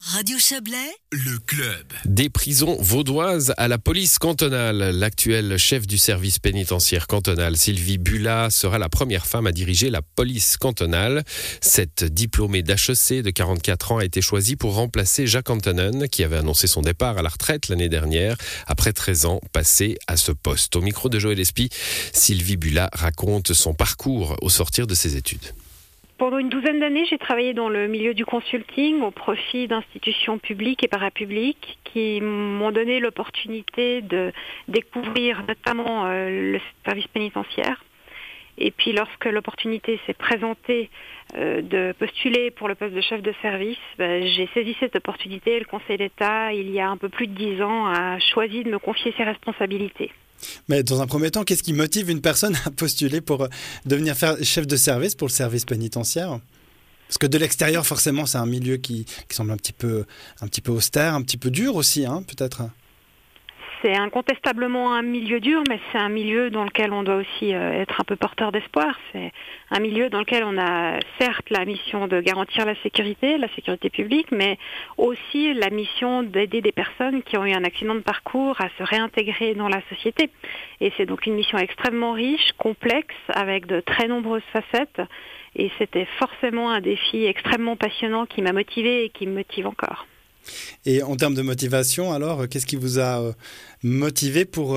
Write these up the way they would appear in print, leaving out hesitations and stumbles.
Radio Chablais, le club. Des prisons vaudoises à la police cantonale. L'actuelle chef du service pénitentiaire cantonal, Sylvie Bulat, sera la première femme à diriger la police cantonale. Cette diplômée d'HEC de 44 ans a été choisie pour remplacer Jacques Antonen, qui avait annoncé son départ à la retraite l'année dernière, après 13 ans passés à ce poste. Au micro de Joël Espy, Sylvie Bulat raconte son parcours au sortir de ses études. Pendant une douzaine d'années, j'ai travaillé dans le milieu du consulting au profit d'institutions publiques et parapubliques qui m'ont donné l'opportunité de découvrir notamment le service pénitentiaire. Et puis lorsque l'opportunité s'est présentée de postuler pour le poste de chef de service, j'ai saisi cette opportunité. Le Conseil d'État, il y a un peu plus de 10 ans, a choisi de me confier ses responsabilités. Mais dans un premier temps, qu'est-ce qui motive une personne à postuler pour devenir chef de service pour le service pénitentiaire ? Parce que de l'extérieur, forcément, c'est un milieu qui semble un petit peu austère, un petit peu dur aussi, peut-être. C'est incontestablement un milieu dur, mais c'est un milieu dans lequel on doit aussi être un peu porteur d'espoir. C'est un milieu dans lequel on a certes la mission de garantir la sécurité publique, mais aussi la mission d'aider des personnes qui ont eu un accident de parcours à se réintégrer dans la société. Et c'est donc une mission extrêmement riche, complexe, avec de très nombreuses facettes. Et c'était forcément un défi extrêmement passionnant qui m'a motivée et qui me motive encore. Et en termes de motivation, alors, qu'est-ce qui vous a motivé pour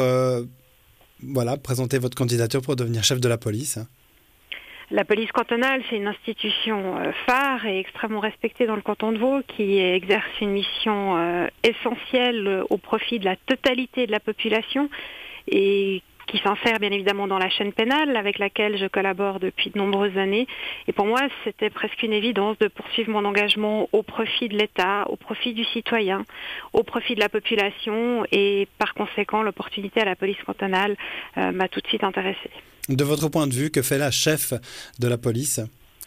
présenter votre candidature pour devenir chef de la police ? La police cantonale, c'est une institution phare et extrêmement respectée dans le canton de Vaud qui exerce une mission essentielle au profit de la totalité de la population et qui s'insère bien évidemment dans la chaîne pénale avec laquelle je collabore depuis de nombreuses années. Et pour moi, c'était presque une évidence de poursuivre mon engagement au profit de l'État, au profit du citoyen, au profit de la population. Et par conséquent, l'opportunité à la police cantonale m'a tout de suite intéressée. De votre point de vue, que fait la chef de la police cantonale ?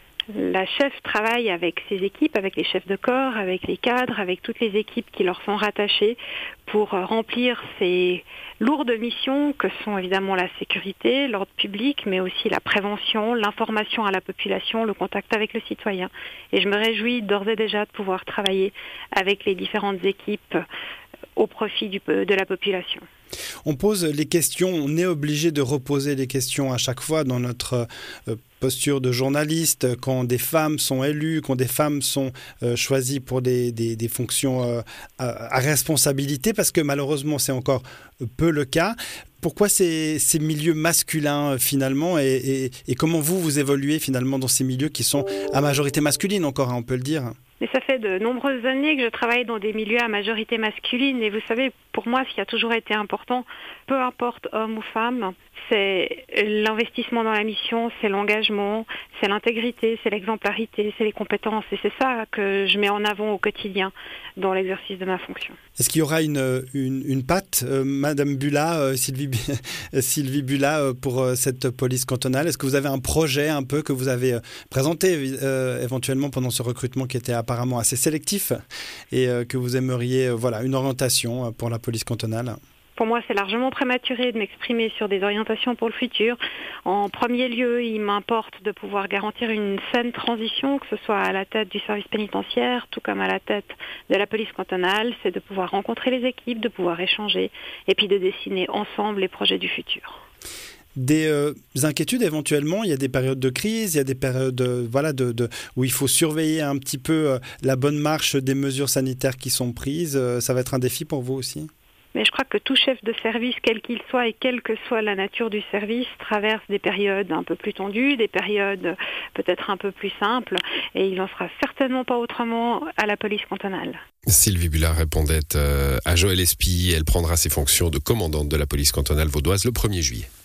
La chef travaille avec ses équipes, avec les chefs de corps, avec les cadres, avec toutes les équipes qui leur sont rattachées pour remplir ces lourdes missions que sont évidemment la sécurité, l'ordre public, mais aussi la prévention, l'information à la population, le contact avec le citoyen. Et je me réjouis d'ores et déjà de pouvoir travailler avec les différentes équipes au profit de la population. On pose les questions, on est obligé de reposer les questions à chaque fois dans notre posture de journaliste, quand des femmes sont élues, quand des femmes sont choisies pour des fonctions à responsabilité, parce que malheureusement c'est encore peu le cas. Pourquoi ces milieux masculins finalement et comment vous évoluez finalement dans ces milieux qui sont à majorité masculine encore, on peut le dire ? Mais ça fait de nombreuses années que je travaille dans des milieux à majorité masculine et vous savez, pour moi, ce qui a toujours été important, peu importe homme ou femme, c'est l'investissement dans la mission, c'est l'engagement, c'est l'intégrité, c'est l'exemplarité, c'est les compétences et c'est ça que je mets en avant au quotidien dans l'exercice de ma fonction. Est-ce qu'il y aura une patte, Madame Bulat, Sylvie Bulat, pour cette police cantonale ? Est-ce que vous avez un projet un peu que vous avez présenté éventuellement pendant ce recrutement qui était apparemment assez sélectif et que vous aimeriez une orientation pour la police cantonale ? Pour moi, c'est largement prématuré de m'exprimer sur des orientations pour le futur. En premier lieu, il m'importe de pouvoir garantir une saine transition, que ce soit à la tête du service pénitentiaire, tout comme à la tête de la police cantonale. C'est de pouvoir rencontrer les équipes, de pouvoir échanger et puis de dessiner ensemble les projets du futur. Des inquiétudes éventuellement, il y a des périodes de crise, il y a des périodes où il faut surveiller un petit peu la bonne marche des mesures sanitaires qui sont prises. Ça va être un défi pour vous aussi ? Mais je crois que tout chef de service, quel qu'il soit et quelle que soit la nature du service, traverse des périodes un peu plus tendues, des périodes peut-être un peu plus simples, et il n'en sera certainement pas autrement à la police cantonale. Sylvie Bulat répondait à Joël Espy. Elle prendra ses fonctions de commandante de la police cantonale vaudoise le 1er juillet.